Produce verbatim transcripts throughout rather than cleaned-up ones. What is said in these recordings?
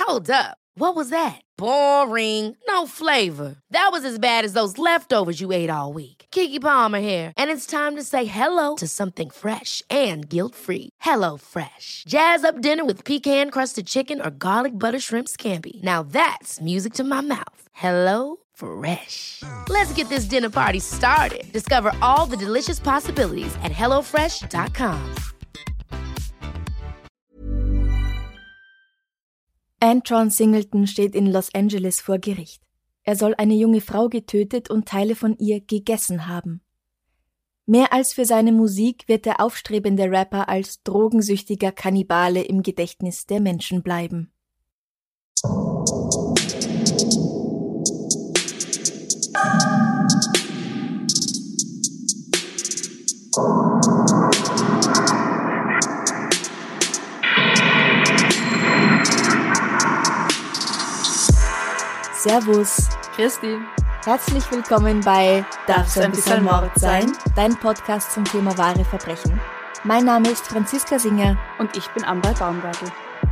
Hold up. What was that? Boring. No flavor. That was as bad as those leftovers you ate all week. Keke Palmer here, and it's time to say hello to something fresh and guilt-free. Hello Fresh. Jazz up dinner with pecan-crusted chicken or garlic butter shrimp scampi. Now that's music to my mouth. Hello Fresh. Let's get this dinner party started. Discover all the delicious possibilities at hello fresh dot com. Antron Singleton steht in Los Angeles vor Gericht. Er soll eine junge Frau getötet und Teile von ihr gegessen haben. Mehr als für seine Musik wird der aufstrebende Rapper als drogensüchtiger Kannibale im Gedächtnis der Menschen bleiben. Servus. Christi. Herzlich willkommen bei Darf's ein bisschen Mord sein? Dein Podcast zum Thema wahre Verbrechen. Mein Name ist Franziska Singer. Und ich bin Amrei Baumgartl.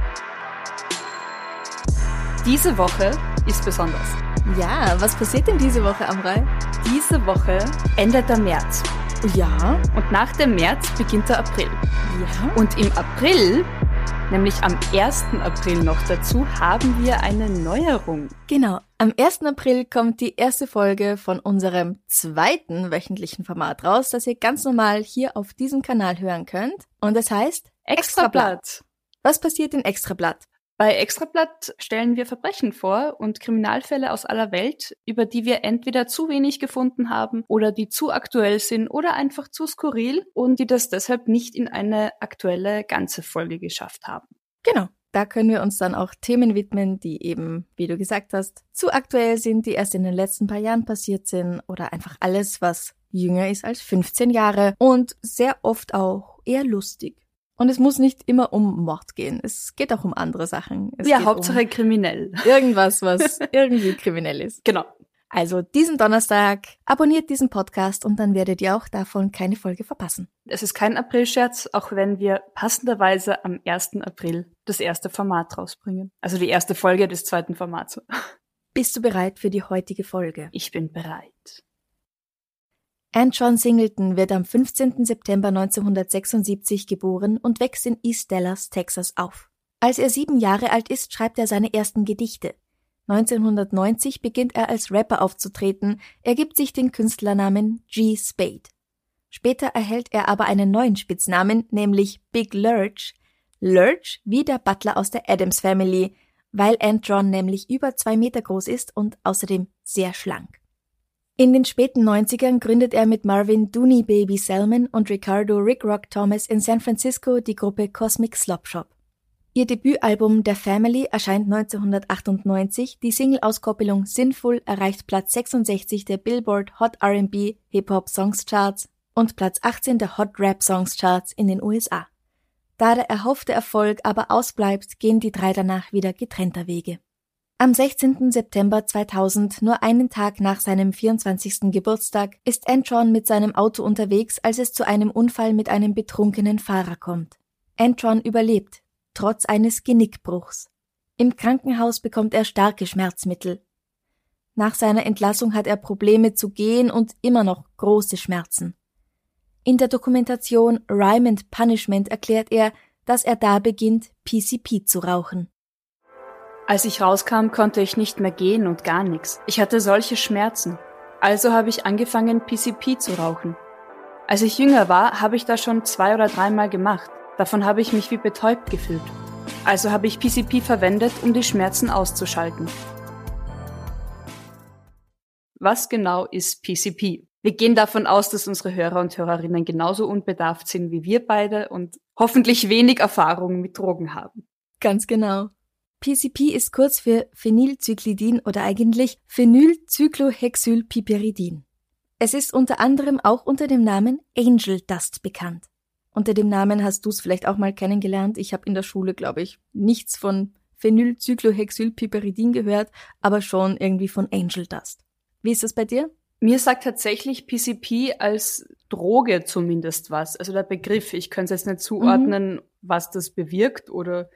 Diese Woche ist besonders. Ja, was passiert denn diese Woche, Amrei? Diese Woche endet der März. Ja. Und nach dem März beginnt der April. Ja. Und im April, nämlich am ersten April noch dazu, haben wir eine Neuerung. Genau, am ersten April kommt die erste Folge von unserem zweiten wöchentlichen Format raus, das ihr ganz normal hier auf diesem Kanal hören könnt. Und das heißt Extrablatt. Was passiert in Extrablatt? Bei Extrablatt stellen wir Verbrechen vor und Kriminalfälle aus aller Welt, über die wir entweder zu wenig gefunden haben oder die zu aktuell sind oder einfach zu skurril und die das deshalb nicht in eine aktuelle ganze Folge geschafft haben. Genau, da können wir uns dann auch Themen widmen, die eben, wie du gesagt hast, zu aktuell sind, die erst in den letzten paar Jahren passiert sind oder einfach alles, was jünger ist als fünfzehn Jahre und sehr oft auch eher lustig. Und es muss nicht immer um Mord gehen. Es geht auch um andere Sachen. Es ja, geht Hauptsache um kriminell. Irgendwas, was irgendwie kriminell ist. Genau. Also diesen Donnerstag abonniert diesen Podcast und dann werdet ihr auch davon keine Folge verpassen. Es ist kein Aprilscherz, auch wenn wir passenderweise am ersten April das erste Format rausbringen. Also die erste Folge des zweiten Formats. Bist du bereit für die heutige Folge? Ich bin bereit. Antron Singleton wird am fünfzehnten September neunzehnhundertsechsundsiebzig geboren und wächst in East Dallas, Texas auf. Als er sieben Jahre alt ist, schreibt er seine ersten Gedichte. neunzehnhundertneunzig beginnt er als Rapper aufzutreten, er gibt sich den Künstlernamen G. Spade. Später erhält er aber einen neuen Spitznamen, nämlich Big Lurch. Lurch wie der Butler aus der Addams Family, weil Antron nämlich über zwei Meter groß ist und außerdem sehr schlank. In den späten neunzigern gründet er mit Marvin Dooney Baby Salmon und Ricardo Rick Rock Thomas in San Francisco die Gruppe Cosmic Slop Shop. Ihr Debütalbum The Family erscheint neunzehnhundertachtundneunzig, die Single-Auskopplung Sinful erreicht Platz sechsundsechzig der Billboard Hot R and B Hip-Hop Songs Charts und Platz achtzehn der Hot Rap Songs Charts in den U S A. Da der erhoffte Erfolg aber ausbleibt, gehen die drei danach wieder getrennter Wege. Am sechzehnten September zweitausend, nur einen Tag nach seinem vierundzwanzigsten Geburtstag, ist Antron mit seinem Auto unterwegs, als es zu einem Unfall mit einem betrunkenen Fahrer kommt. Antron überlebt, trotz eines Genickbruchs. Im Krankenhaus bekommt er starke Schmerzmittel. Nach seiner Entlassung hat er Probleme zu gehen und immer noch große Schmerzen. In der Dokumentation Rhyme and Punishment erklärt er, dass er da beginnt, P C P zu rauchen. Als ich rauskam, konnte ich nicht mehr gehen und gar nichts. Ich hatte solche Schmerzen. Also habe ich angefangen, P C P zu rauchen. Als ich jünger war, habe ich das schon zwei oder dreimal gemacht. Davon habe ich mich wie betäubt gefühlt. Also habe ich P C P verwendet, um die Schmerzen auszuschalten. Was genau ist P C P? Wir gehen davon aus, dass unsere Hörer und Hörerinnen genauso unbedarft sind wie wir beide und hoffentlich wenig Erfahrung mit Drogen haben. Ganz genau. P C P ist kurz für Phenylcyclidin oder eigentlich Phenylcyclohexylpiperidin. Es ist unter anderem auch unter dem Namen Angel Dust bekannt. Unter dem Namen hast du es vielleicht auch mal kennengelernt. Ich habe in der Schule, glaube ich, nichts von Phenylcyclohexylpiperidin gehört, aber schon irgendwie von Angel Dust. Wie ist das bei dir? Mir sagt tatsächlich P C P als Droge zumindest was. Also der Begriff, ich könnte es jetzt nicht zuordnen, mhm. was das bewirkt oder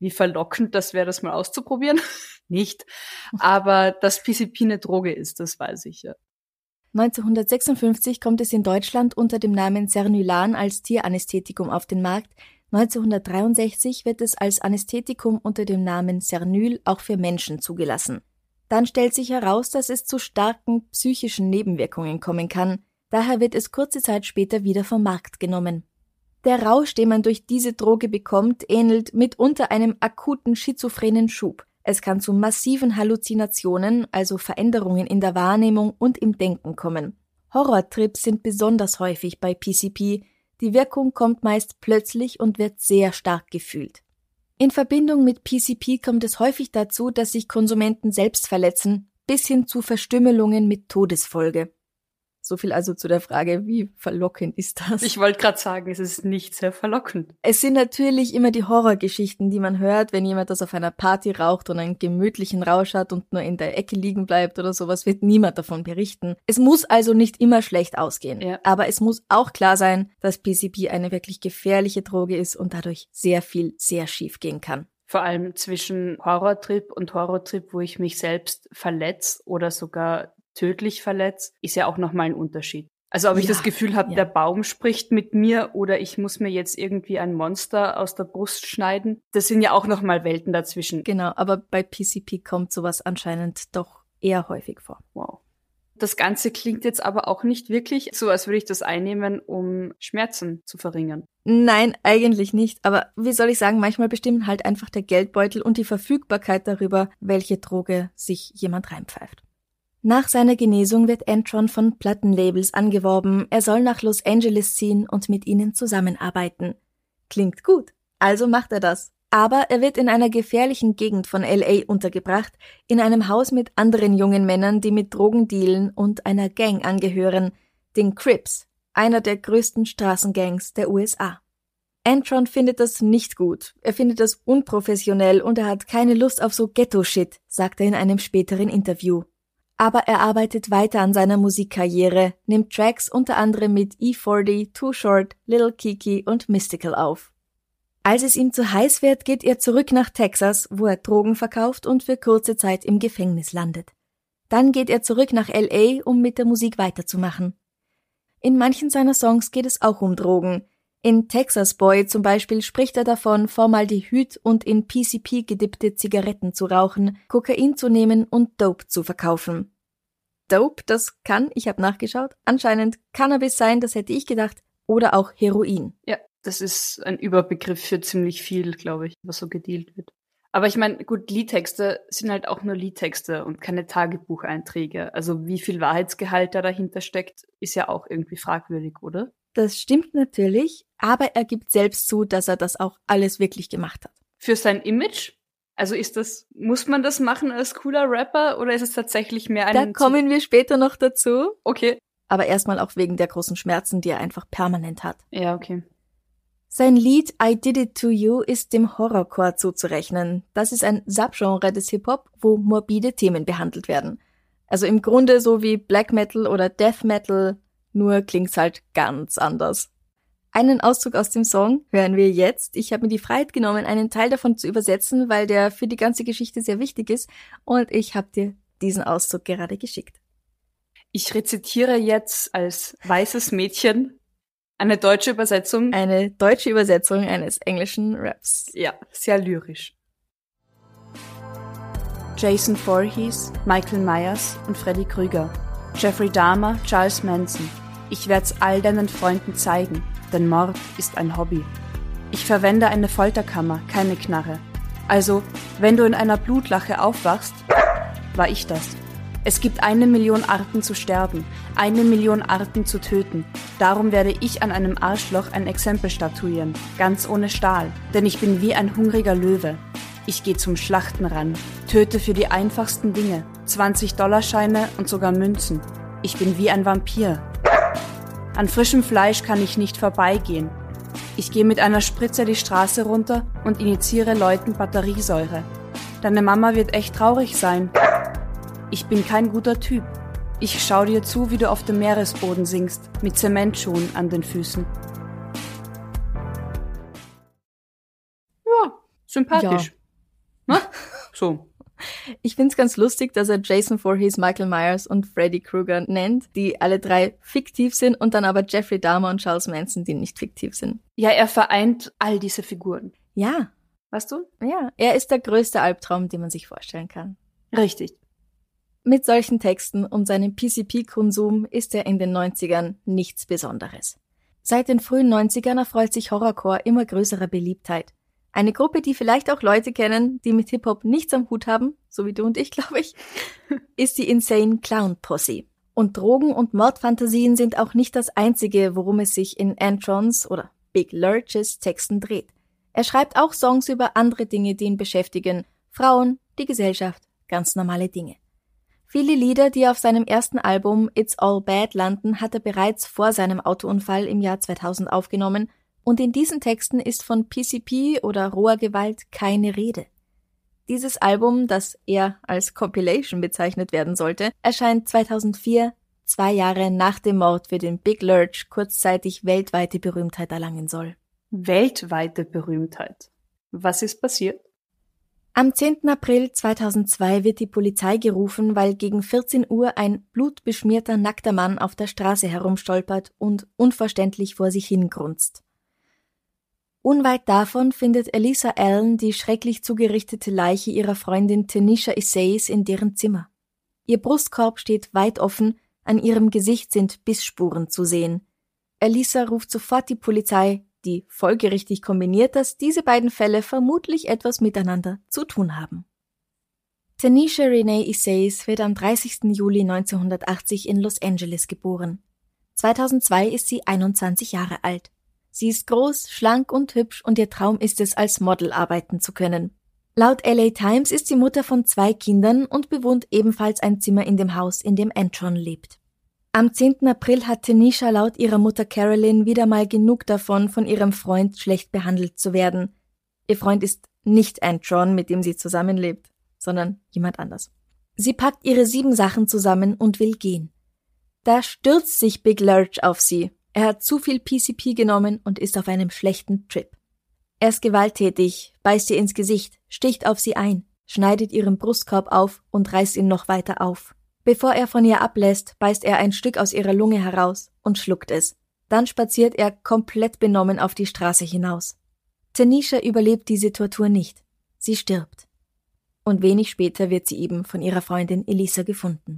wie verlockend das wäre, das mal auszuprobieren. Nicht. Aber dass P C P eine Droge ist, das weiß ich ja. neunzehnhundertsechsundfünfzig kommt es in Deutschland unter dem Namen Sernylan als Tieranästhetikum auf den Markt. neunzehnhundertdreiundsechzig wird es als Anästhetikum unter dem Namen Sernyl auch für Menschen zugelassen. Dann stellt sich heraus, dass es zu starken psychischen Nebenwirkungen kommen kann. Daher wird es kurze Zeit später wieder vom Markt genommen. Der Rausch, den man durch diese Droge bekommt, ähnelt mitunter einem akuten schizophrenen Schub. Es kann zu massiven Halluzinationen, also Veränderungen in der Wahrnehmung und im Denken kommen. Horrortrips sind besonders häufig bei P C P. Die Wirkung kommt meist plötzlich und wird sehr stark gefühlt. In Verbindung mit P C P kommt es häufig dazu, dass sich Konsumenten selbst verletzen, bis hin zu Verstümmelungen mit Todesfolge. So viel also zu der Frage, wie verlockend ist das? Ich wollte gerade sagen, es ist nicht sehr verlockend. Es sind natürlich immer die Horrorgeschichten, die man hört, wenn jemand das auf einer Party raucht und einen gemütlichen Rausch hat und nur in der Ecke liegen bleibt oder sowas, wird niemand davon berichten. Es muss also nicht immer schlecht ausgehen. Ja. Aber es muss auch klar sein, dass P C P eine wirklich gefährliche Droge ist und dadurch sehr viel, sehr schief gehen kann. Vor allem zwischen Horrortrip und Horrortrip, wo ich mich selbst verletze oder sogar tödlich verletzt, ist ja auch nochmal ein Unterschied. Also ob ich ja, das Gefühl habe, ja. der Baum spricht mit mir oder ich muss mir jetzt irgendwie ein Monster aus der Brust schneiden, das sind ja auch nochmal Welten dazwischen. Genau, aber bei P C P kommt sowas anscheinend doch eher häufig vor. Wow. Das Ganze klingt jetzt aber auch nicht wirklich so, als würde ich das einnehmen, um Schmerzen zu verringern. Nein, eigentlich nicht. Aber wie soll ich sagen, manchmal bestimmen halt einfach der Geldbeutel und die Verfügbarkeit darüber, welche Droge sich jemand reinpfeift. Nach seiner Genesung wird Antron von Plattenlabels angeworben, er soll nach Los Angeles ziehen und mit ihnen zusammenarbeiten. Klingt gut, also macht er das. Aber er wird in einer gefährlichen Gegend von L A untergebracht, in einem Haus mit anderen jungen Männern, die mit Drogen dealen und einer Gang angehören, den Crips, einer der größten Straßengangs der U S A. Antron findet das nicht gut, er findet das unprofessionell und er hat keine Lust auf so Ghetto-Shit, sagt er in einem späteren Interview. Aber er arbeitet weiter an seiner Musikkarriere, nimmt Tracks unter anderem mit E vierzig, Too Short, Lil Keke und Mystical auf. Als es ihm zu heiß wird, geht er zurück nach Texas, wo er Drogen verkauft und für kurze Zeit im Gefängnis landet. Dann geht er zurück nach L A, um mit der Musik weiterzumachen. In manchen seiner Songs geht es auch um Drogen. In Texas Boy zum Beispiel spricht er davon, Formaldehyd und in P C P gedippte Zigaretten zu rauchen, Kokain zu nehmen und Dope zu verkaufen. Dope, das kann, ich habe nachgeschaut, anscheinend Cannabis sein, das hätte ich gedacht, oder auch Heroin. Ja, das ist ein Überbegriff für ziemlich viel, glaube ich, was so gedealt wird. Aber ich meine, gut, Liedtexte sind halt auch nur Liedtexte und keine Tagebucheinträge. Also wie viel Wahrheitsgehalt da dahinter steckt, ist ja auch irgendwie fragwürdig, oder? Das stimmt natürlich, aber er gibt selbst zu, dass er das auch alles wirklich gemacht hat. Für sein Image? Also ist das, muss man das machen als cooler Rapper oder ist es tatsächlich mehr ein... Da kommen wir später noch dazu. Okay. Aber erstmal auch wegen der großen Schmerzen, die er einfach permanent hat. Ja, okay. Sein Lied I Did It To You ist dem Horrorcore zuzurechnen. Das ist ein Subgenre des Hip-Hop, wo morbide Themen behandelt werden. Also im Grunde so wie Black Metal oder Death Metal, nur klingt's halt ganz anders. Einen Auszug aus dem Song hören wir jetzt. Ich habe mir die Freiheit genommen, einen Teil davon zu übersetzen, weil der für die ganze Geschichte sehr wichtig ist. Und ich habe dir diesen Auszug gerade geschickt. Ich rezitiere jetzt als weißes Mädchen eine deutsche Übersetzung. Eine deutsche Übersetzung eines englischen Raps. Ja, sehr lyrisch. Jason Voorhees, Michael Myers und Freddy Krüger. Jeffrey Dahmer, Charles Manson. Ich werd's all deinen Freunden zeigen, denn Mord ist ein Hobby. Ich verwende eine Folterkammer, keine Knarre. Also, wenn du in einer Blutlache aufwachst, war ich das. Es gibt eine Million Arten zu sterben, eine Million Arten zu töten. Darum werde ich an einem Arschloch ein Exempel statuieren, ganz ohne Stahl. Denn ich bin wie ein hungriger Löwe. Ich gehe zum Schlachten ran, töte für die einfachsten Dinge, zwanzig-Dollar-Scheine und sogar Münzen. Ich bin wie ein Vampir. An frischem Fleisch kann ich nicht vorbeigehen. Ich gehe mit einer Spritze die Straße runter und injiziere Leuten Batteriesäure. Deine Mama wird echt traurig sein. Ich bin kein guter Typ. Ich schau dir zu, wie du auf dem Meeresboden sinkst, mit Zementschuhen an den Füßen. Ja, sympathisch. Ja. So. Ich find's ganz lustig, dass er Jason Voorhees, Michael Myers und Freddy Krueger nennt, die alle drei fiktiv sind, und dann aber Jeffrey Dahmer und Charles Manson, die nicht fiktiv sind. Ja, er vereint all diese Figuren. Ja. Weißt du? Ja, er ist der größte Albtraum, den man sich vorstellen kann. Richtig. Mit solchen Texten und seinem P C P-Konsum ist er in den neunzigern nichts Besonderes. Seit den frühen neunzigern erfreut sich Horrorcore immer größerer Beliebtheit. Eine Gruppe, die vielleicht auch Leute kennen, die mit Hip-Hop nichts am Hut haben, so wie du und ich, glaube ich, ist die Insane Clown Posse. Und Drogen- und Mordfantasien sind auch nicht das Einzige, worum es sich in Antrons oder Big Lurches Texten dreht. Er schreibt auch Songs über andere Dinge, die ihn beschäftigen. Frauen, die Gesellschaft, ganz normale Dinge. Viele Lieder, die auf seinem ersten Album It's All Bad landen, hat er bereits vor seinem Autounfall im Jahr zweitausend aufgenommen, und in diesen Texten ist von P C P oder roher Gewalt keine Rede. Dieses Album, das eher als Compilation bezeichnet werden sollte, erscheint zweitausendvier, zwei Jahre nach dem Mord für den Big Lurch, kurzzeitig weltweite Berühmtheit erlangen soll. Weltweite Berühmtheit. Was ist passiert? Am zehnten April zweitausendzwei wird die Polizei gerufen, weil gegen vierzehn Uhr ein blutbeschmierter, nackter Mann auf der Straße herumstolpert und unverständlich vor sich hingrunzt. Unweit davon findet Elisa Allen die schrecklich zugerichtete Leiche ihrer Freundin Tanisha Essays in deren Zimmer. Ihr Brustkorb steht weit offen, an ihrem Gesicht sind Bissspuren zu sehen. Elisa ruft sofort die Polizei, die folgerichtig kombiniert, dass diese beiden Fälle vermutlich etwas miteinander zu tun haben. Tanisha Renee Essays wird am dreißigsten Juli neunzehnhundertachtzig in Los Angeles geboren. zweitausendzwei ist sie einundzwanzig Jahre alt. Sie ist groß, schlank und hübsch und ihr Traum ist es, als Model arbeiten zu können. Laut L A Times ist sie Mutter von zwei Kindern und bewohnt ebenfalls ein Zimmer in dem Haus, in dem Antron lebt. Am zehnten April hat Tanisha laut ihrer Mutter Carolyn wieder mal genug davon, von ihrem Freund schlecht behandelt zu werden. Ihr Freund ist nicht Antron, mit dem sie zusammenlebt, sondern jemand anders. Sie packt ihre sieben Sachen zusammen und will gehen. Da stürzt sich Big Lurch auf sie. Er hat zu viel P C P genommen und ist auf einem schlechten Trip. Er ist gewalttätig, beißt ihr ins Gesicht, sticht auf sie ein, schneidet ihren Brustkorb auf und reißt ihn noch weiter auf. Bevor er von ihr ablässt, beißt er ein Stück aus ihrer Lunge heraus und schluckt es. Dann spaziert er komplett benommen auf die Straße hinaus. Tanisha überlebt diese Tortur nicht. Sie stirbt. Und wenig später wird sie eben von ihrer Freundin Elisa gefunden.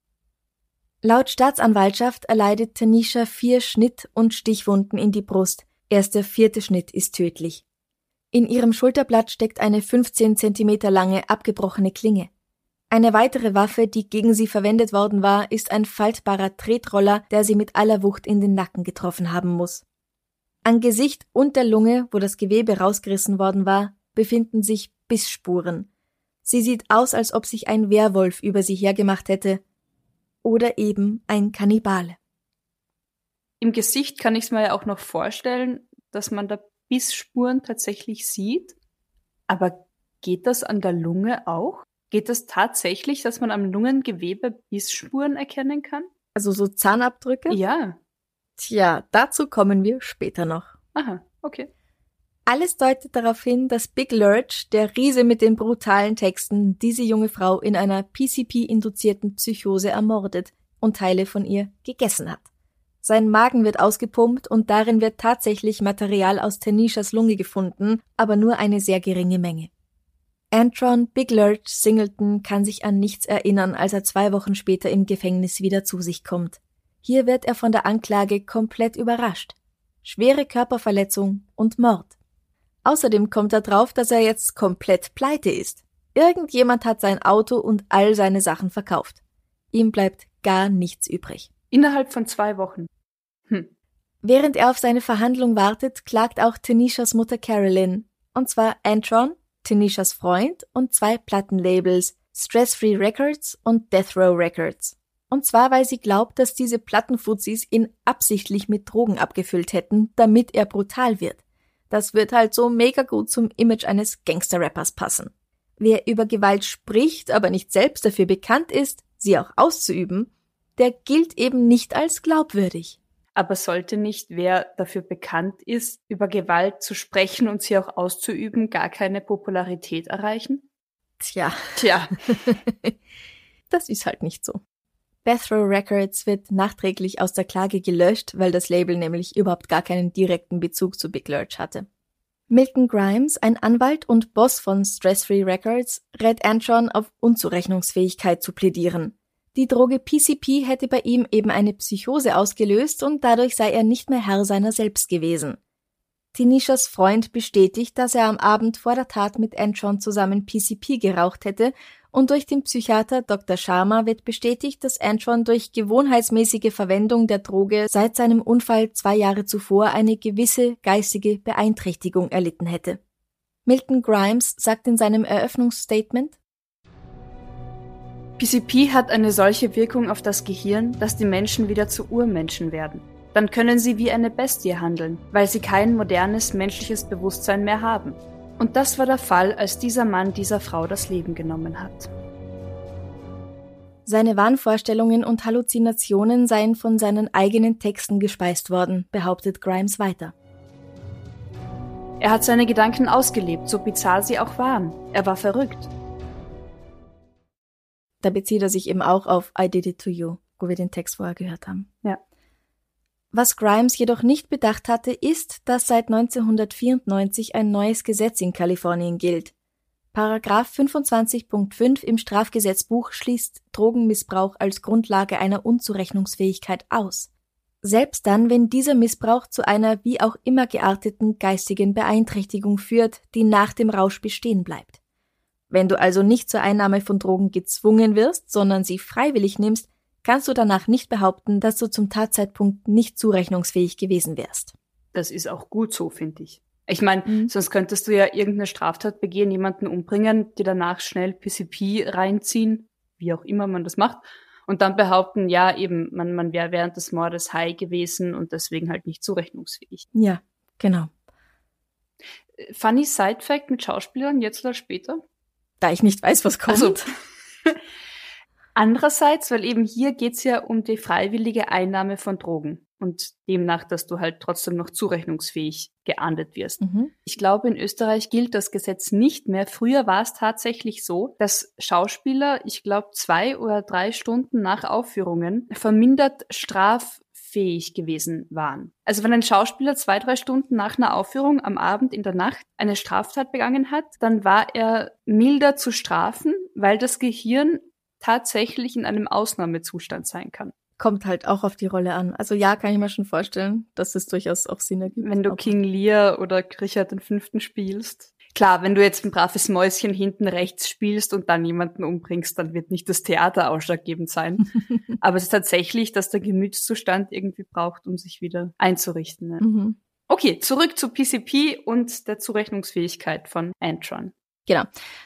Laut Staatsanwaltschaft erleidet Tanisha vier Schnitt- und Stichwunden in die Brust. Erst der vierte Schnitt ist tödlich. In ihrem Schulterblatt steckt eine fünfzehn Zentimeter lange, abgebrochene Klinge. Eine weitere Waffe, die gegen sie verwendet worden war, ist ein faltbarer Tretroller, der sie mit aller Wucht in den Nacken getroffen haben muss. An Gesicht und der Lunge, wo das Gewebe rausgerissen worden war, befinden sich Bissspuren. Sie sieht aus, als ob sich ein Werwolf über sie hergemacht hätte. Oder eben ein Kannibale. Im Gesicht kann ich es mir ja auch noch vorstellen, dass man da Bissspuren tatsächlich sieht. Aber geht das an der Lunge auch? Geht das tatsächlich, dass man am Lungengewebe Bissspuren erkennen kann? Also so Zahnabdrücke? Ja. Tja, dazu kommen wir später noch. Aha, okay. Alles deutet darauf hin, dass Big Lurch, der Riese mit den brutalen Texten, diese junge Frau in einer P C P-induzierten Psychose ermordet und Teile von ihr gegessen hat. Sein Magen wird ausgepumpt und darin wird tatsächlich Material aus Tanishas Lunge gefunden, aber nur eine sehr geringe Menge. Antron Big Lurch Singleton kann sich an nichts erinnern, als er zwei Wochen später im Gefängnis wieder zu sich kommt. Hier wird er von der Anklage komplett überrascht. Schwere Körperverletzung und Mord. Außerdem kommt er drauf, dass er jetzt komplett pleite ist. Irgendjemand hat sein Auto und all seine Sachen verkauft. Ihm bleibt gar nichts übrig. Innerhalb von zwei Wochen. Hm. Während er auf seine Verhandlung wartet, klagt auch Tanishas Mutter Carolyn. Und zwar Antron, Tanishas Freund und zwei Plattenlabels, Stress Free Records und Death Row Records. Und zwar, weil sie glaubt, dass diese Plattenfuzis ihn absichtlich mit Drogen abgefüllt hätten, damit er brutal wird. Das wird halt so mega gut zum Image eines Gangster-Rappers passen. Wer über Gewalt spricht, aber nicht selbst dafür bekannt ist, sie auch auszuüben, der gilt eben nicht als glaubwürdig. Aber sollte nicht, wer dafür bekannt ist, über Gewalt zu sprechen und sie auch auszuüben, gar keine Popularität erreichen? Tja. Tja. Das ist halt nicht so. Death Row Records wird nachträglich aus der Klage gelöscht, weil das Label nämlich überhaupt gar keinen direkten Bezug zu Big Lurch hatte. Milton Grimes, ein Anwalt und Boss von Stress Free Records, rät Antron, auf Unzurechnungsfähigkeit zu plädieren. Die Droge P C P hätte bei ihm eben eine Psychose ausgelöst und dadurch sei er nicht mehr Herr seiner selbst gewesen. Tanishas Freund bestätigt, dass er am Abend vor der Tat mit Antron zusammen P C P geraucht hätte, und durch den Psychiater Doktor Sharma wird bestätigt, dass Antron durch gewohnheitsmäßige Verwendung der Droge seit seinem Unfall zwei Jahre zuvor eine gewisse geistige Beeinträchtigung erlitten hätte. Milton Grimes sagt in seinem Eröffnungsstatement: P C P hat eine solche Wirkung auf das Gehirn, dass die Menschen wieder zu Urmenschen werden. Dann können sie wie eine Bestie handeln, weil sie kein modernes menschliches Bewusstsein mehr haben. Und das war der Fall, als dieser Mann dieser Frau das Leben genommen hat. Seine Wahnvorstellungen und Halluzinationen seien von seinen eigenen Texten gespeist worden, behauptet Grimes weiter. Er hat seine Gedanken ausgelebt, so bizarr sie auch waren. Er war verrückt. Da bezieht er sich eben auch auf I Did It To You, wo wir den Text vorher gehört haben. Ja. Was Grimes jedoch nicht bedacht hatte, ist, dass seit neunzehnhundertvierundneunzig ein neues Gesetz in Kalifornien gilt. Paragraph fünfundzwanzig Punkt fünf im Strafgesetzbuch schließt Drogenmissbrauch als Grundlage einer Unzurechnungsfähigkeit aus. Selbst dann, wenn dieser Missbrauch zu einer wie auch immer gearteten geistigen Beeinträchtigung führt, die nach dem Rausch bestehen bleibt. Wenn du also nicht zur Einnahme von Drogen gezwungen wirst, sondern sie freiwillig nimmst, kannst du danach nicht behaupten, dass du zum Tatzeitpunkt nicht zurechnungsfähig gewesen wärst. Das ist auch gut so, finde ich. Ich meine, Mhm. sonst könntest du ja irgendeine Straftat begehen, jemanden umbringen, dir danach schnell P C P reinziehen, wie auch immer man das macht, und dann behaupten, ja, eben, man, man wäre während des Mordes high gewesen und deswegen halt nicht zurechnungsfähig. Ja, genau. Funny Side-Fact mit Schauspielern, jetzt oder später? Da ich nicht weiß, was kommt. Also, andererseits, weil eben hier geht's ja um die freiwillige Einnahme von Drogen und demnach, dass du halt trotzdem noch zurechnungsfähig geahndet wirst. Mhm. Ich glaube, in Österreich gilt das Gesetz nicht mehr. Früher war es tatsächlich so, dass Schauspieler, ich glaube, zwei oder drei Stunden nach Aufführungen vermindert straffähig gewesen waren. Also wenn ein Schauspieler zwei, drei Stunden nach einer Aufführung am Abend in der Nacht eine Straftat begangen hat, dann war er milder zu strafen, weil das Gehirn tatsächlich in einem Ausnahmezustand sein kann. Kommt halt auch auf die Rolle an. Also ja, kann ich mir schon vorstellen, dass es durchaus auch Sinn ergibt. Wenn du Aber King Lear oder Richard den Fünften spielst. Klar, wenn du jetzt ein braves Mäuschen hinten rechts spielst und dann jemanden umbringst, dann wird nicht das Theater ausschlaggebend sein. Aber es ist tatsächlich, dass der Gemütszustand irgendwie braucht, um sich wieder einzurichten. Ne? Mhm. Okay, zurück zu P C P und der Zurechnungsfähigkeit von Antron. Genau.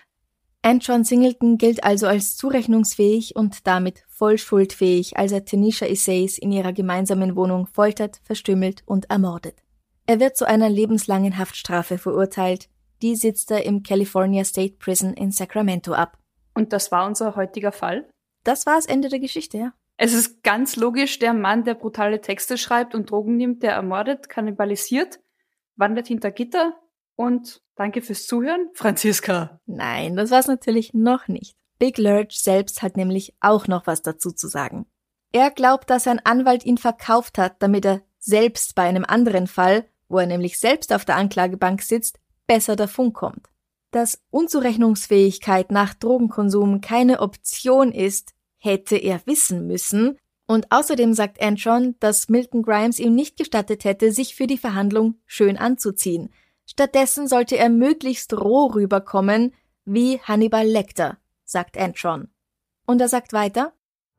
Antron Singleton gilt also als zurechnungsfähig und damit voll schuldfähig, als er Tanisha Essays in ihrer gemeinsamen Wohnung foltert, verstümmelt und ermordet. Er wird zu einer lebenslangen Haftstrafe verurteilt. Die sitzt er im California State Prison in Sacramento ab. Und das war unser heutiger Fall. Das war das Ende der Geschichte, ja. Es ist ganz logisch, der Mann, der brutale Texte schreibt und Drogen nimmt, der ermordet, kannibalisiert, wandert hinter Gitter und danke fürs Zuhören, Franziska. Nein, das war's natürlich noch nicht. Big Lurch selbst hat nämlich auch noch was dazu zu sagen. Er glaubt, dass sein Anwalt ihn verkauft hat, damit er selbst bei einem anderen Fall, wo er nämlich selbst auf der Anklagebank sitzt, besser davonkommt. Dass Unzurechnungsfähigkeit nach Drogenkonsum keine Option ist, hätte er wissen müssen. Und außerdem sagt Antron, dass Milton Grimes ihm nicht gestattet hätte, sich für die Verhandlung schön anzuziehen. Stattdessen sollte er möglichst roh rüberkommen, wie Hannibal Lecter, sagt Antron. Und er sagt weiter: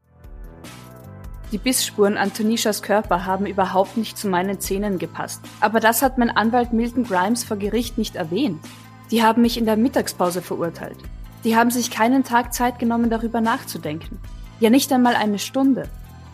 Die Bissspuren an Tanishas Körper haben überhaupt nicht zu meinen Zähnen gepasst. Aber das hat mein Anwalt Milton Grimes vor Gericht nicht erwähnt. Die haben mich in der Mittagspause verurteilt. Die haben sich keinen Tag Zeit genommen, darüber nachzudenken. Ja, nicht einmal eine Stunde.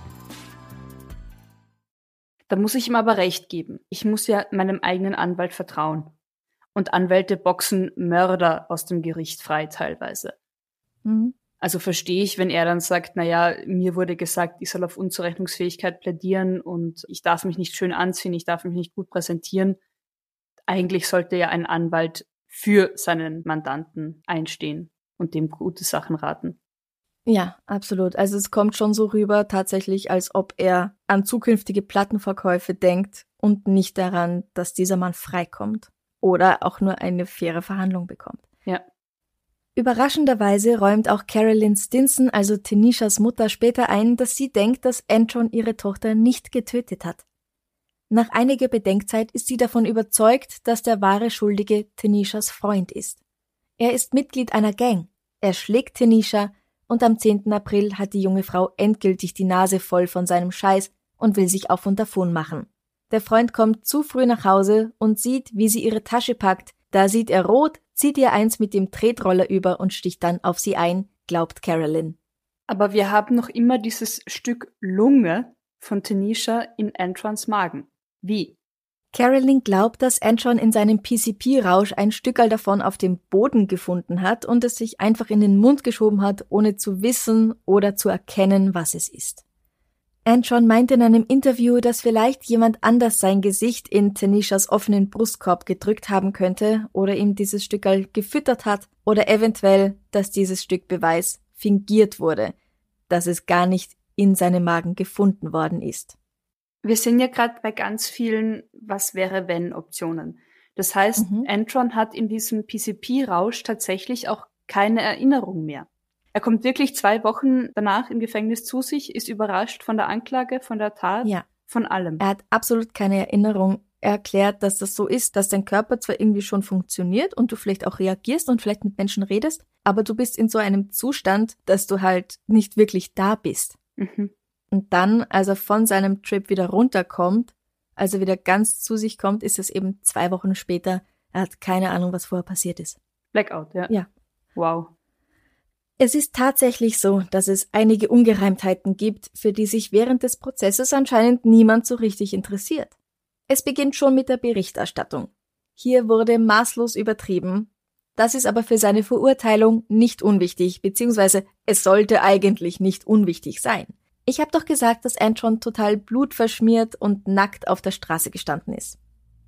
Da muss ich ihm aber recht geben. Ich muss ja meinem eigenen Anwalt vertrauen. Und Anwälte boxen Mörder aus dem Gericht frei teilweise. Mhm. Also verstehe ich, wenn er dann sagt, naja, mir wurde gesagt, ich soll auf Unzurechnungsfähigkeit plädieren und ich darf mich nicht schön anziehen, ich darf mich nicht gut präsentieren. Eigentlich sollte ja ein Anwalt für seinen Mandanten einstehen und dem gute Sachen raten. Ja, absolut. Also es kommt schon so rüber tatsächlich, als ob er an zukünftige Plattenverkäufe denkt und nicht daran, dass dieser Mann freikommt oder auch nur eine faire Verhandlung bekommt. Ja. Überraschenderweise räumt auch Carolyn Stinson, also Tanishas Mutter, später ein, dass sie denkt, dass Antron ihre Tochter nicht getötet hat. Nach einiger Bedenkzeit ist sie davon überzeugt, dass der wahre Schuldige Tanishas Freund ist. Er ist Mitglied einer Gang. Er schlägt Tanisha und am zehnten April hat die junge Frau endgültig die Nase voll von seinem Scheiß und will sich auf und davon machen. Der Freund kommt zu früh nach Hause und sieht, wie sie ihre Tasche packt. Da sieht er rot, zieht ihr eins mit dem Tretroller über und sticht dann auf sie ein, glaubt Carolyn. Aber wir haben noch immer dieses Stück Lunge von Tanisha in Antrons Magen. Wie? Carolyn glaubt, dass Antron in seinem P C P-Rausch ein Stückerl davon auf dem Boden gefunden hat und es sich einfach in den Mund geschoben hat, ohne zu wissen oder zu erkennen, was es ist. Antron meinte in einem Interview, dass vielleicht jemand anders sein Gesicht in Tanishas offenen Brustkorb gedrückt haben könnte oder ihm dieses Stückerl gefüttert hat oder eventuell, dass dieses Stück Beweis fingiert wurde, dass es gar nicht in seinem Magen gefunden worden ist. Wir sind ja gerade bei ganz vielen Was-wäre-wenn-Optionen. Das heißt, mhm. Antron hat in diesem P C P-Rausch tatsächlich auch keine Erinnerung mehr. Er kommt wirklich zwei Wochen danach im Gefängnis zu sich, ist überrascht von der Anklage, von der Tat, ja. von allem. Er hat absolut keine Erinnerung. Er erklärt, dass das so ist, dass dein Körper zwar irgendwie schon funktioniert und du vielleicht auch reagierst und vielleicht mit Menschen redest, aber du bist in so einem Zustand, dass du halt nicht wirklich da bist. Mhm. Und dann, als er von seinem Trip wieder runterkommt, als er wieder ganz zu sich kommt, ist es eben zwei Wochen später. Er hat keine Ahnung, was vorher passiert ist. Blackout, ja. Ja. Wow. Es ist tatsächlich so, dass es einige Ungereimtheiten gibt, für die sich während des Prozesses anscheinend niemand so richtig interessiert. Es beginnt schon mit der Berichterstattung. Hier wurde maßlos übertrieben. Das ist aber für seine Verurteilung nicht unwichtig, beziehungsweise es sollte eigentlich nicht unwichtig sein. Ich habe doch gesagt, dass Antron total blutverschmiert und nackt auf der Straße gestanden ist.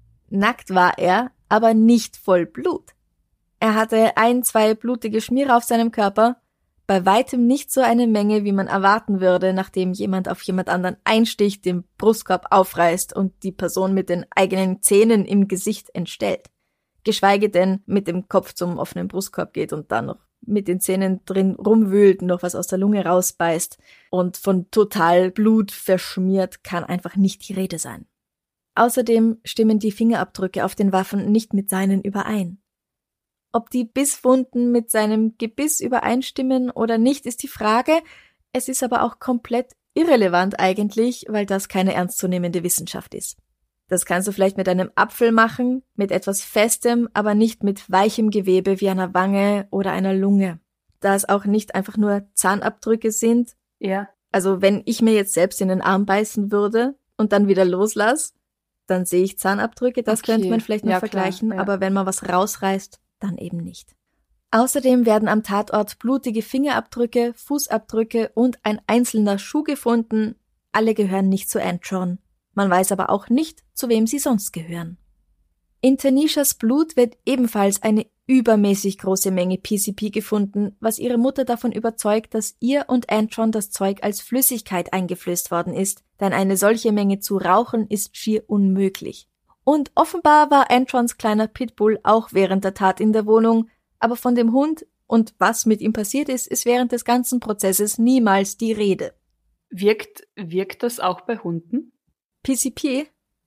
Nackt war er, aber nicht voll Blut. Er hatte ein, zwei blutige Schmiere auf seinem Körper, bei weitem nicht so eine Menge, wie man erwarten würde, nachdem jemand auf jemand anderen einsticht, den Brustkorb aufreißt und die Person mit den eigenen Zähnen im Gesicht entstellt. Geschweige denn mit dem Kopf zum offenen Brustkorb geht und dann noch mit den Zähnen drin rumwühlt, noch was aus der Lunge rausbeißt und von total Blut verschmiert kann einfach nicht die Rede sein. Außerdem stimmen die Fingerabdrücke auf den Waffen nicht mit seinen überein. Ob die Bisswunden mit seinem Gebiss übereinstimmen oder nicht, ist die Frage. Es ist aber auch komplett irrelevant eigentlich, weil das keine ernstzunehmende Wissenschaft ist. Das kannst du vielleicht mit einem Apfel machen, mit etwas Festem, aber nicht mit weichem Gewebe wie einer Wange oder einer Lunge. Da es auch nicht einfach nur Zahnabdrücke sind. Ja. Also wenn ich mir jetzt selbst in den Arm beißen würde und dann wieder loslasse, dann sehe ich Zahnabdrücke, das okay. könnte man vielleicht noch ja, vergleichen, ja. Aber wenn man was rausreißt, dann eben nicht. Außerdem werden am Tatort blutige Fingerabdrücke, Fußabdrücke und ein einzelner Schuh gefunden. Alle gehören nicht zu Antron. Man weiß aber auch nicht, zu wem sie sonst gehören. In Tanishas Blut wird ebenfalls eine übermäßig große Menge P C P gefunden, was ihre Mutter davon überzeugt, dass ihr und Antron das Zeug als Flüssigkeit eingeflößt worden ist, denn eine solche Menge zu rauchen ist schier unmöglich. Und offenbar war Antrons kleiner Pitbull auch während der Tat in der Wohnung, aber von dem Hund und was mit ihm passiert ist, ist während des ganzen Prozesses niemals die Rede. Wirkt, wirkt das auch bei Hunden? P C P?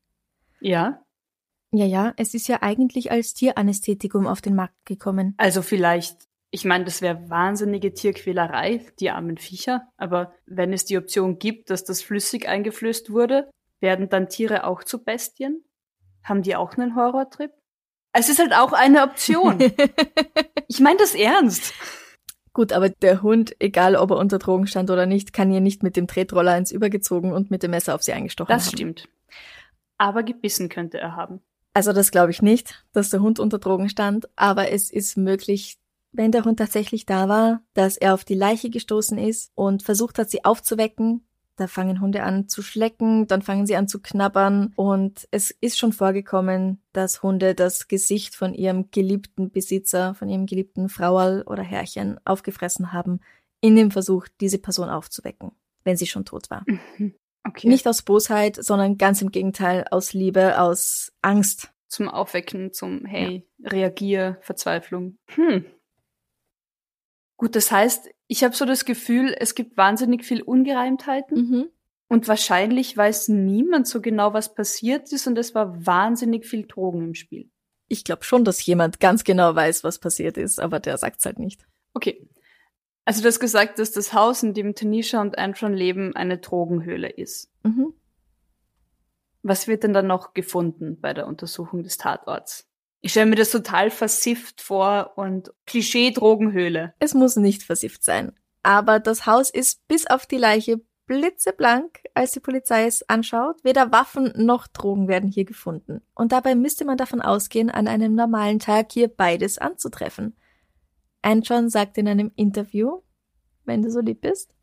Ja. Ja, ja, es ist ja eigentlich als Tieranästhetikum auf den Markt gekommen. Also vielleicht, ich meine, das wäre wahnsinnige Tierquälerei, die armen Viecher, aber wenn es die Option gibt, dass das flüssig eingeflößt wurde, werden dann Tiere auch zu Bestien? Haben die auch einen Horrortrip? Es ist halt auch eine Option. Ich meine das ernst. Gut, aber der Hund, egal ob er unter Drogen stand oder nicht, kann ihr nicht mit dem Tretroller ins Übergezogen und mit dem Messer auf sie eingestochen das haben. Das stimmt. Aber gebissen könnte er haben. Also das glaube ich nicht, dass der Hund unter Drogen stand, aber es ist möglich, wenn der Hund tatsächlich da war, dass er auf die Leiche gestoßen ist und versucht hat, sie aufzuwecken. Da fangen Hunde an zu schlecken, dann fangen sie an zu knabbern und es ist schon vorgekommen, dass Hunde das Gesicht von ihrem geliebten Besitzer, von ihrem geliebten Frauerl oder Herrchen aufgefressen haben, in dem Versuch, diese Person aufzuwecken, wenn sie schon tot war. Okay. Nicht aus Bosheit, sondern ganz im Gegenteil, aus Liebe, aus Angst. Zum Aufwecken, zum Hey, ja. Reagier, Verzweiflung. Hm. Gut, das heißt, ich habe so das Gefühl, es gibt wahnsinnig viel Ungereimtheiten Mhm. und wahrscheinlich weiß niemand so genau, was passiert ist und es war wahnsinnig viel Drogen im Spiel. Ich glaube schon, dass jemand ganz genau weiß, was passiert ist, aber der sagt's halt nicht. Okay. Also du hast gesagt, dass das Haus, in dem Tanisha und Antron leben, eine Drogenhöhle ist. Mhm. Was wird denn dann noch gefunden bei der Untersuchung des Tatorts? Ich stelle mir das total versifft vor und Klischee-Drogenhöhle. Es muss nicht versifft sein. Aber das Haus ist bis auf die Leiche blitzeblank, als die Polizei es anschaut. Weder Waffen noch Drogen werden hier gefunden. Und dabei müsste man davon ausgehen, an einem normalen Tag hier beides anzutreffen. Antron sagt in einem Interview, wenn du so lieb bist: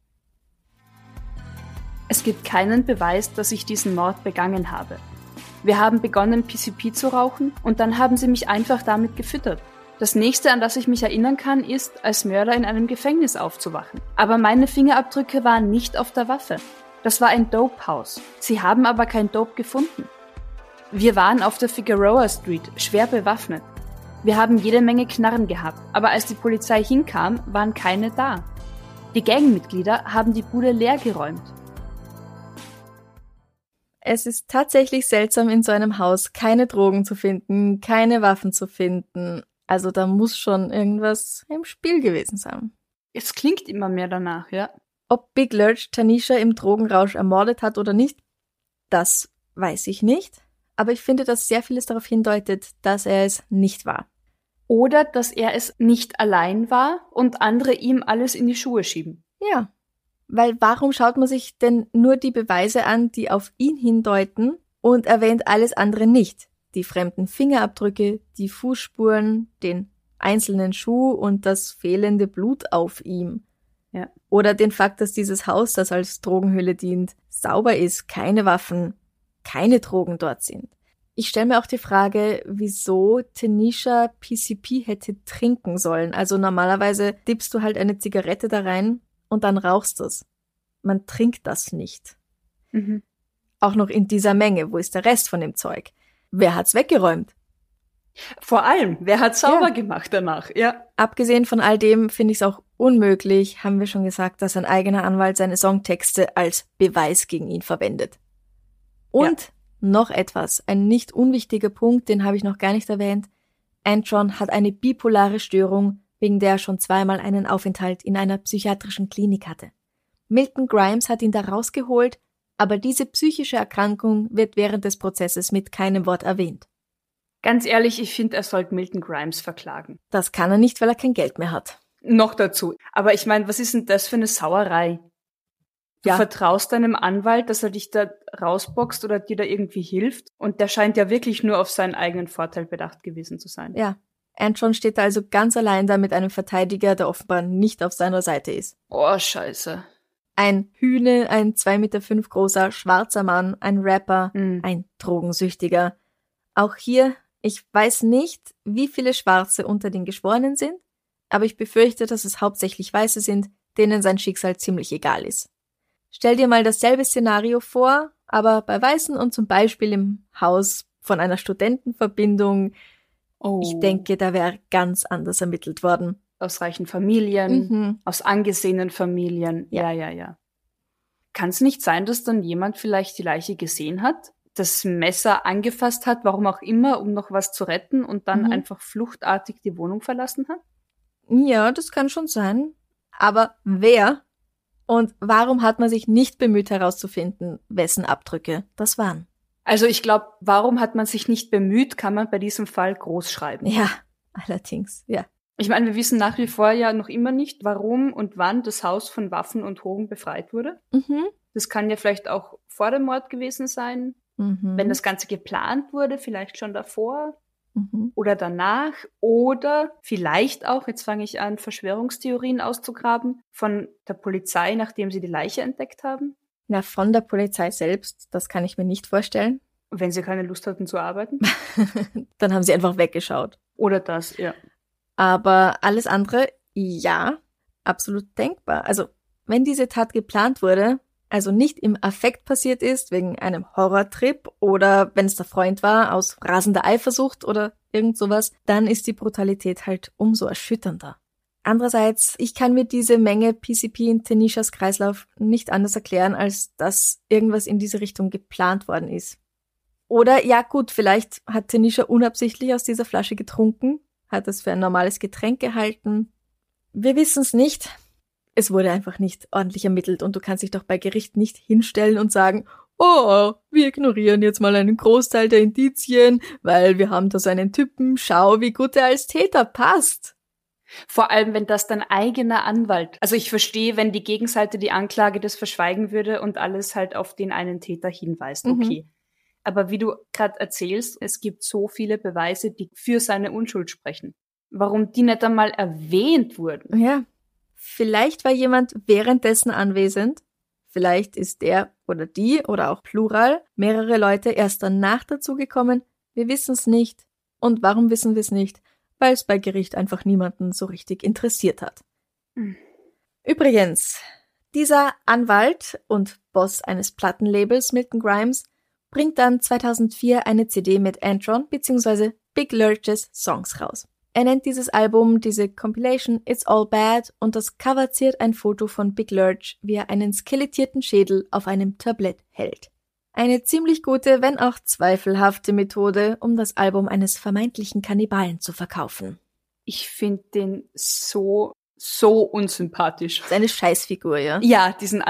Es gibt keinen Beweis, dass ich diesen Mord begangen habe. Wir haben begonnen, P C P zu rauchen und dann haben sie mich einfach damit gefüttert. Das nächste, an das ich mich erinnern kann, ist, als Mörder in einem Gefängnis aufzuwachen. Aber meine Fingerabdrücke waren nicht auf der Waffe. Das war ein Dope-Haus. Sie haben aber kein Dope gefunden. Wir waren auf der Figueroa Street, schwer bewaffnet. Wir haben jede Menge Knarren gehabt, aber als die Polizei hinkam, waren keine da. Die Gangmitglieder haben die Bude leer geräumt. Es ist tatsächlich seltsam, in so einem Haus keine Drogen zu finden, keine Waffen zu finden. Also da muss schon irgendwas im Spiel gewesen sein. Es klingt immer mehr danach, ja. Ob Big Lurch Tanisha im Drogenrausch ermordet hat oder nicht, das weiß ich nicht. Aber ich finde, dass sehr vieles darauf hindeutet, dass er es nicht war. Oder dass er es nicht allein war und andere ihm alles in die Schuhe schieben. Ja. Weil warum schaut man sich denn nur die Beweise an, die auf ihn hindeuten und erwähnt alles andere nicht? Die fremden Fingerabdrücke, die Fußspuren, den einzelnen Schuh und das fehlende Blut auf ihm. Ja. Oder den Fakt, dass dieses Haus, das als Drogenhöhle dient, sauber ist, keine Waffen, keine Drogen dort sind. Ich stelle mir auch die Frage, wieso Tanisha P C P hätte trinken sollen. Also normalerweise dippst du halt eine Zigarette da rein und dann rauchst du es. Man trinkt das nicht. Mhm. Auch noch in dieser Menge. Wo ist der Rest von dem Zeug? Wer hat's weggeräumt? Vor allem, wer hat sauber Ja. gemacht danach? Ja. Abgesehen von all dem finde ich es auch unmöglich, haben wir schon gesagt, dass ein eigener Anwalt seine Songtexte als Beweis gegen ihn verwendet. Und ja. noch etwas, ein nicht unwichtiger Punkt, den habe ich noch gar nicht erwähnt. Antron hat eine bipolare Störung, wegen der er schon zweimal einen Aufenthalt in einer psychiatrischen Klinik hatte. Milton Grimes hat ihn da rausgeholt, aber diese psychische Erkrankung wird während des Prozesses mit keinem Wort erwähnt. Ganz ehrlich, ich finde, er sollte Milton Grimes verklagen. Das kann er nicht, weil er kein Geld mehr hat. Noch dazu. Aber ich meine, was ist denn das für eine Sauerei? Du Ja. vertraust deinem Anwalt, dass er dich da rausboxt oder dir da irgendwie hilft. Und der scheint ja wirklich nur auf seinen eigenen Vorteil bedacht gewesen zu sein. Ja. Antron steht da also ganz allein da mit einem Verteidiger, der offenbar nicht auf seiner Seite ist. Oh, scheiße. Ein Hühne, ein zwei Meter fünf großer schwarzer Mann, ein Rapper, Mhm. ein Drogensüchtiger. Auch hier, ich weiß nicht, wie viele Schwarze unter den Geschworenen sind, aber ich befürchte, dass es hauptsächlich Weiße sind, denen sein Schicksal ziemlich egal ist. Stell dir mal dasselbe Szenario vor, aber bei Weißen und zum Beispiel im Haus von einer Studentenverbindung. Oh. Ich denke, da wäre ganz anders ermittelt worden. Aus reichen Familien, Mhm. aus angesehenen Familien. Ja, Ja. ja, ja. Kann es nicht sein, dass dann jemand vielleicht die Leiche gesehen hat, das Messer angefasst hat, warum auch immer, um noch was zu retten und dann Mhm. einfach fluchtartig die Wohnung verlassen hat? Ja, das kann schon sein. Aber wer? Und warum hat man sich nicht bemüht herauszufinden, wessen Abdrücke das waren? Also ich glaube, warum hat man sich nicht bemüht, kann man bei diesem Fall groß schreiben. Ja, allerdings, ja. Ich meine, wir wissen nach wie vor ja noch immer nicht, warum und wann das Haus von Waffen und Drogen befreit wurde. Mhm. Das kann ja vielleicht auch vor dem Mord gewesen sein, Mhm. wenn das Ganze geplant wurde, vielleicht schon davor. mhm. oder danach oder vielleicht auch, jetzt fange ich an, Verschwörungstheorien auszugraben, von der Polizei, nachdem sie die Leiche entdeckt haben? Na, von der Polizei selbst, das kann ich mir nicht vorstellen. Wenn sie keine Lust hatten zu arbeiten? Dann haben sie einfach weggeschaut. Oder das, ja. Aber alles andere, ja, absolut denkbar. Also, wenn diese Tat geplant wurde, also nicht im Affekt passiert ist, wegen einem Horrortrip oder wenn es der Freund war, aus rasender Eifersucht oder irgend sowas, dann ist die Brutalität halt umso erschütternder. Andererseits, ich kann mir diese Menge P C P in Tanishas Kreislauf nicht anders erklären, als dass irgendwas in diese Richtung geplant worden ist. Oder, ja gut, vielleicht hat Tanisha unabsichtlich aus dieser Flasche getrunken, hat es für ein normales Getränk gehalten. Wir wissen es nicht. Es wurde einfach nicht ordentlich ermittelt und du kannst dich doch bei Gericht nicht hinstellen und sagen, oh, wir ignorieren jetzt mal einen Großteil der Indizien, weil wir haben da so einen Typen, schau, wie gut er als Täter passt. Vor allem, wenn das dein eigener Anwalt, also ich verstehe, wenn die Gegenseite die Anklage das verschweigen würde und alles halt auf den einen Täter hinweist, okay. Mhm. Aber wie du gerade erzählst, es gibt so viele Beweise, die für seine Unschuld sprechen. Warum die nicht einmal erwähnt wurden? Ja, vielleicht war jemand währenddessen anwesend. Vielleicht ist der oder die oder auch plural mehrere Leute erst danach dazugekommen. Wir wissen es nicht. Und warum wissen wir es nicht? Weil es bei Gericht einfach niemanden so richtig interessiert hat. Mhm. Übrigens, dieser Anwalt und Boss eines Plattenlabels, Milton Grimes, bringt dann zweitausendvier eine C D mit Antron bzw. Big Lurches Songs raus. Er nennt dieses Album, diese Compilation, It's All Bad und das Cover ziert ein Foto von Big Lurch, wie er einen skelettierten Schädel auf einem Tablett hält. Eine ziemlich gute, wenn auch zweifelhafte Methode, um das Album eines vermeintlichen Kannibalen zu verkaufen. Ich finde den so, so unsympathisch. Das ist eine Scheißfigur, ja? Ja, diesen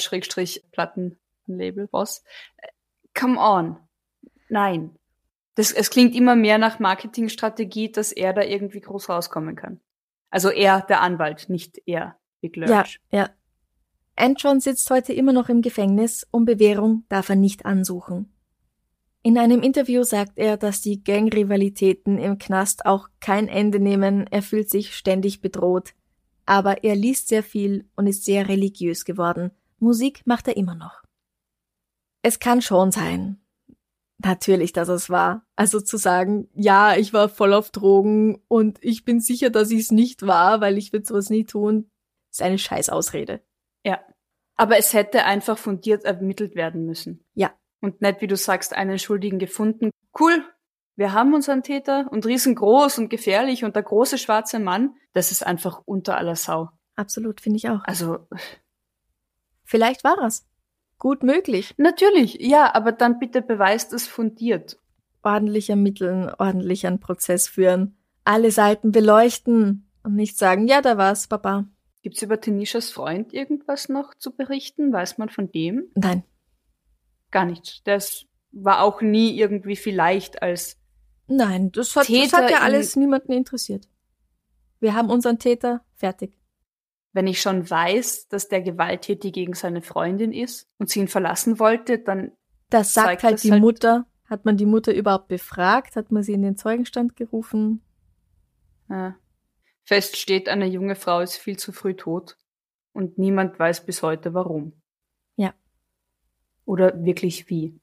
Anwalt-Plattenlabel-Boss. Come on. Nein. Das, es klingt immer mehr nach Marketingstrategie, dass er da irgendwie groß rauskommen kann. Also er, der Anwalt, nicht er, Big Lurch. Ja, ja. Antron sitzt heute immer noch im Gefängnis, um Bewährung darf er nicht ansuchen. In einem Interview sagt er, dass die Gangrivalitäten im Knast auch kein Ende nehmen, er fühlt sich ständig bedroht. Aber er liest sehr viel und ist sehr religiös geworden. Musik macht er immer noch. Es kann schon sein, natürlich, dass es war. Also zu sagen, ja, ich war voll auf Drogen und ich bin sicher, dass ich es nicht war, weil ich würde sowas nie tun, ist eine Scheißausrede. Ja, aber es hätte einfach fundiert ermittelt werden müssen. Ja. Und nicht, wie du sagst, einen Schuldigen gefunden. Cool, wir haben unseren Täter und riesengroß und gefährlich und der große schwarze Mann, das ist einfach unter aller Sau. Absolut, finde ich auch. Also, vielleicht war es. Gut möglich. Natürlich, ja, aber dann bitte beweist es fundiert. Ordentlich ermitteln, ordentlich einen Prozess führen, alle Seiten beleuchten und nicht sagen, ja, da war's, Papa. Gibt's über Tanishas Freund irgendwas noch zu berichten? Weiß man von dem? Nein. Gar nichts. Das war auch nie irgendwie vielleicht als Nein, das hat, das hat ja alles niemanden interessiert. Wir haben unseren Täter, fertig. Wenn ich schon weiß, dass der gewalttätig gegen seine Freundin ist und sie ihn verlassen wollte, dann das sagt halt die halt Mutter. Hat man die Mutter überhaupt befragt? Hat man sie in den Zeugenstand gerufen? Ja. Fest steht, eine junge Frau ist viel zu früh tot und niemand weiß bis heute warum. Ja. Oder wirklich wie.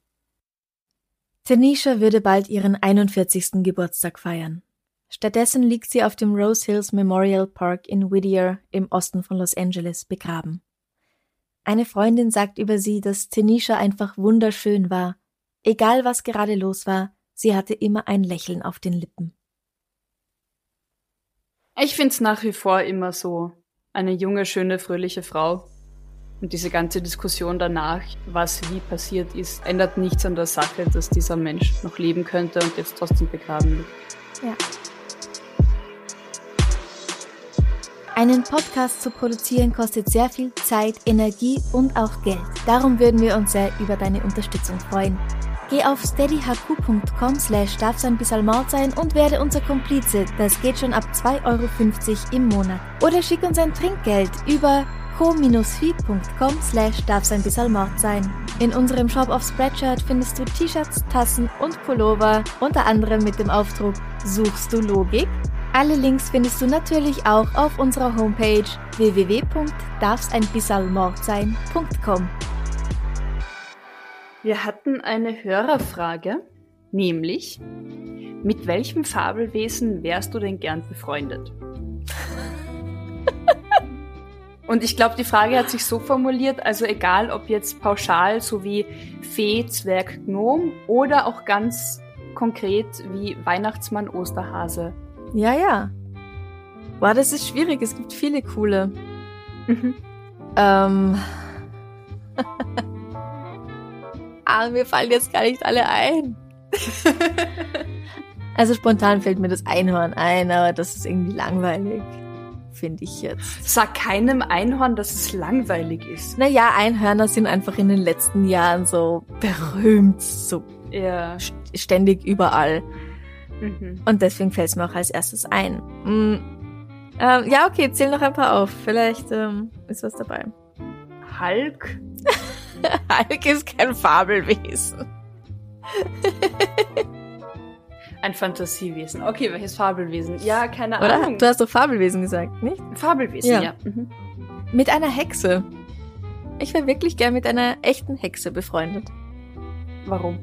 Tanisha würde bald ihren einundvierzigsten Geburtstag feiern. Stattdessen liegt sie auf dem Rose Hills Memorial Park in Whittier im Osten von Los Angeles begraben. Eine Freundin sagt über sie, dass Tanisha einfach wunderschön war. Egal was gerade los war, sie hatte immer ein Lächeln auf den Lippen. Ich find's nach wie vor immer so. Eine junge, schöne, fröhliche Frau. Und diese ganze Diskussion danach, was wie passiert ist, ändert nichts an der Sache, dass dieser Mensch noch leben könnte und jetzt trotzdem begraben liegt. Ja. Einen Podcast zu produzieren kostet sehr viel Zeit, Energie und auch Geld. Darum würden wir uns sehr über deine Unterstützung freuen. Geh auf steadyhq.com slash darf sein bisal Mord sein und werde unser Komplize. Das geht schon ab zwei Euro fünfzig im Monat. Oder schick uns ein Trinkgeld über co-fi.com slash darf's ein bisschen Mord sein. In unserem Shop auf Spreadshirt findest du T-Shirts, Tassen und Pullover, unter anderem mit dem Aufdruck Suchst du Logik? Alle Links findest du natürlich auch auf unserer Homepage w w w punkt darf's ein bisschen Mord sein punkt com. Wir hatten eine Hörerfrage, nämlich, mit welchem Fabelwesen wärst du denn gern befreundet? Und ich glaube, die Frage hat sich so formuliert, also egal ob jetzt pauschal, so wie Fee, Zwerg, Gnom oder auch ganz konkret wie Weihnachtsmann, Osterhase. Ja, ja. Boah, das ist schwierig, es gibt viele coole. Mhm. Ähm. ah, mir fallen jetzt gar nicht alle ein. Also spontan fällt mir das Einhorn ein, aber das ist irgendwie langweilig. Finde ich jetzt. Sag keinem Einhorn, dass es langweilig ist. Naja, Einhörner sind einfach in den letzten Jahren so berühmt, so ja. st- ständig überall. Mhm. Und deswegen fällt es mir auch als erstes ein. Mhm. Ähm, ja, okay, zähl noch ein paar auf. Vielleicht ähm, ist was dabei. Hulk? Hulk ist kein Fabelwesen. Ein Fantasiewesen. Okay, welches Fabelwesen? Ja, keine Oder? Ahnung. Du hast doch Fabelwesen gesagt, nicht? Fabelwesen, ja. ja. Mhm. Mit einer Hexe. Ich wäre wirklich gern mit einer echten Hexe befreundet. Warum?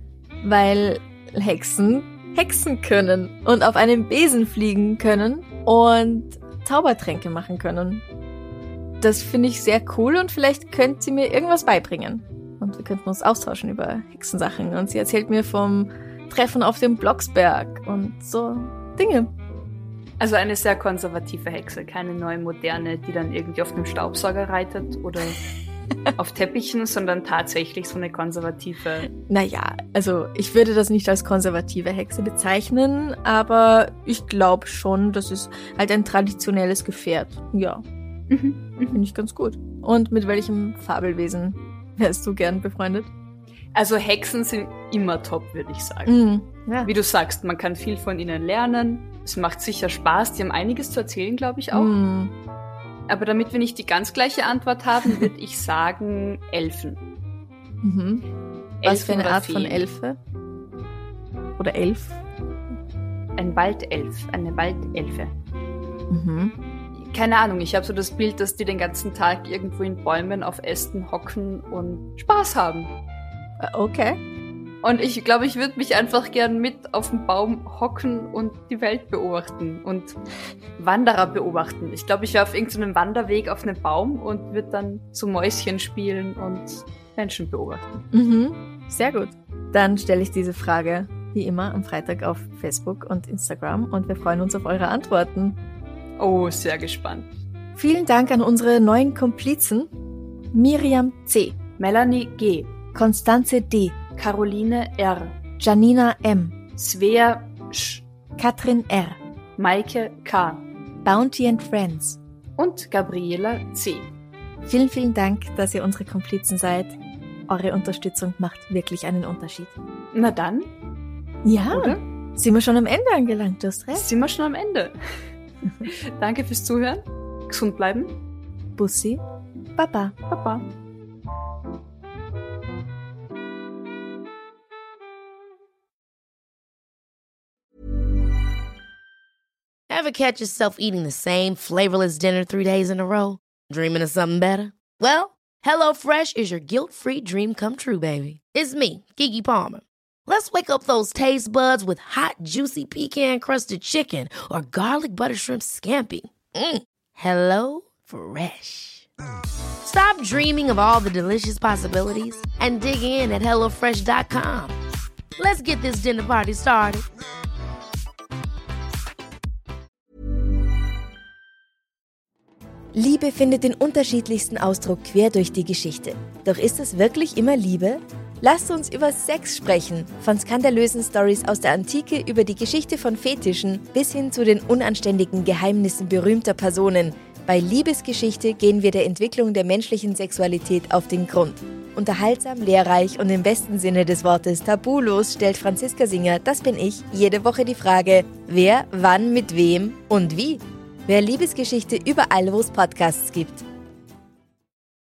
Weil Hexen Hexen können und auf einem Besen fliegen können und Zaubertränke machen können. Das finde ich sehr cool und vielleicht könnte sie mir irgendwas beibringen. Und wir könnten uns austauschen über Hexensachen. Und sie erzählt mir vom Treffen auf dem Blocksberg und so Dinge. Also eine sehr konservative Hexe, keine neue moderne, die dann irgendwie auf einem Staubsauger reitet oder auf Teppichen, sondern tatsächlich so eine konservative... Naja, also ich würde das nicht als konservative Hexe bezeichnen, aber ich glaube schon, das ist halt ein traditionelles Gefährt. Ja, Mhm. finde ich ganz gut. Und mit welchem Fabelwesen wärst du gern befreundet? Also Hexen sind immer top, würde ich sagen. Mhm. Ja. Wie du sagst, man kann viel von ihnen lernen. Es macht sicher Spaß. Die haben einiges zu erzählen, glaube ich auch. Mhm. Aber damit wir nicht die ganz gleiche Antwort haben, würde ich sagen Elfen. Mhm. Was für eine oder Art von Feen. Elfe? Oder Elf? Ein Waldelf, eine Waldelfe. Mhm. Keine Ahnung, ich habe so das Bild, dass die den ganzen Tag irgendwo in Bäumen auf Ästen hocken und Spaß haben. Okay. Und ich glaube, ich würde mich einfach gern mit auf den Baum hocken und die Welt beobachten und Wanderer beobachten. Ich glaube, ich wäre auf irgendeinem Wanderweg auf einem Baum und würde dann so Mäuschen spielen und Menschen beobachten. Mhm. Sehr gut. Dann stelle ich diese Frage wie immer am Freitag auf Facebook und Instagram und wir freuen uns auf eure Antworten. Oh, sehr gespannt. Vielen Dank an unsere neuen Komplizen Miriam C., Melanie G., Konstanze D., Caroline R., Janina M., Svea Sch., Katrin R., Maike K. Bounty and Friends und Gabriela C. Vielen, vielen Dank, dass ihr unsere Komplizen seid. Eure Unterstützung macht wirklich einen Unterschied. Na dann, Ja, oder? sind wir schon am Ende angelangt, du hast recht. Sind wir schon am Ende. Danke fürs Zuhören. Gesund bleiben. Bussi, Baba. Baba. Ever catch yourself eating the same flavorless dinner three days in a row? Dreaming of something better? Well, HelloFresh is your guilt-free dream come true, baby. It's me, Keke Palmer. Let's wake up those taste buds with hot, juicy pecan-crusted chicken or garlic butter shrimp scampi. Mm. Hello Fresh. Stop dreaming of all the delicious possibilities and dig in at hello fresh dot com. Let's get this dinner party started. Liebe findet den unterschiedlichsten Ausdruck quer durch die Geschichte. Doch ist es wirklich immer Liebe? Lasst uns über Sex sprechen, von skandalösen Storys aus der Antike über die Geschichte von Fetischen bis hin zu den unanständigen Geheimnissen berühmter Personen. Bei Liebesgeschichte gehen wir der Entwicklung der menschlichen Sexualität auf den Grund. Unterhaltsam, lehrreich und im besten Sinne des Wortes tabulos stellt Franziska Singer, das bin ich, jede Woche die Frage, wer, wann, mit wem und wie. Wer Liebesgeschichte überall, wo es Podcasts gibt.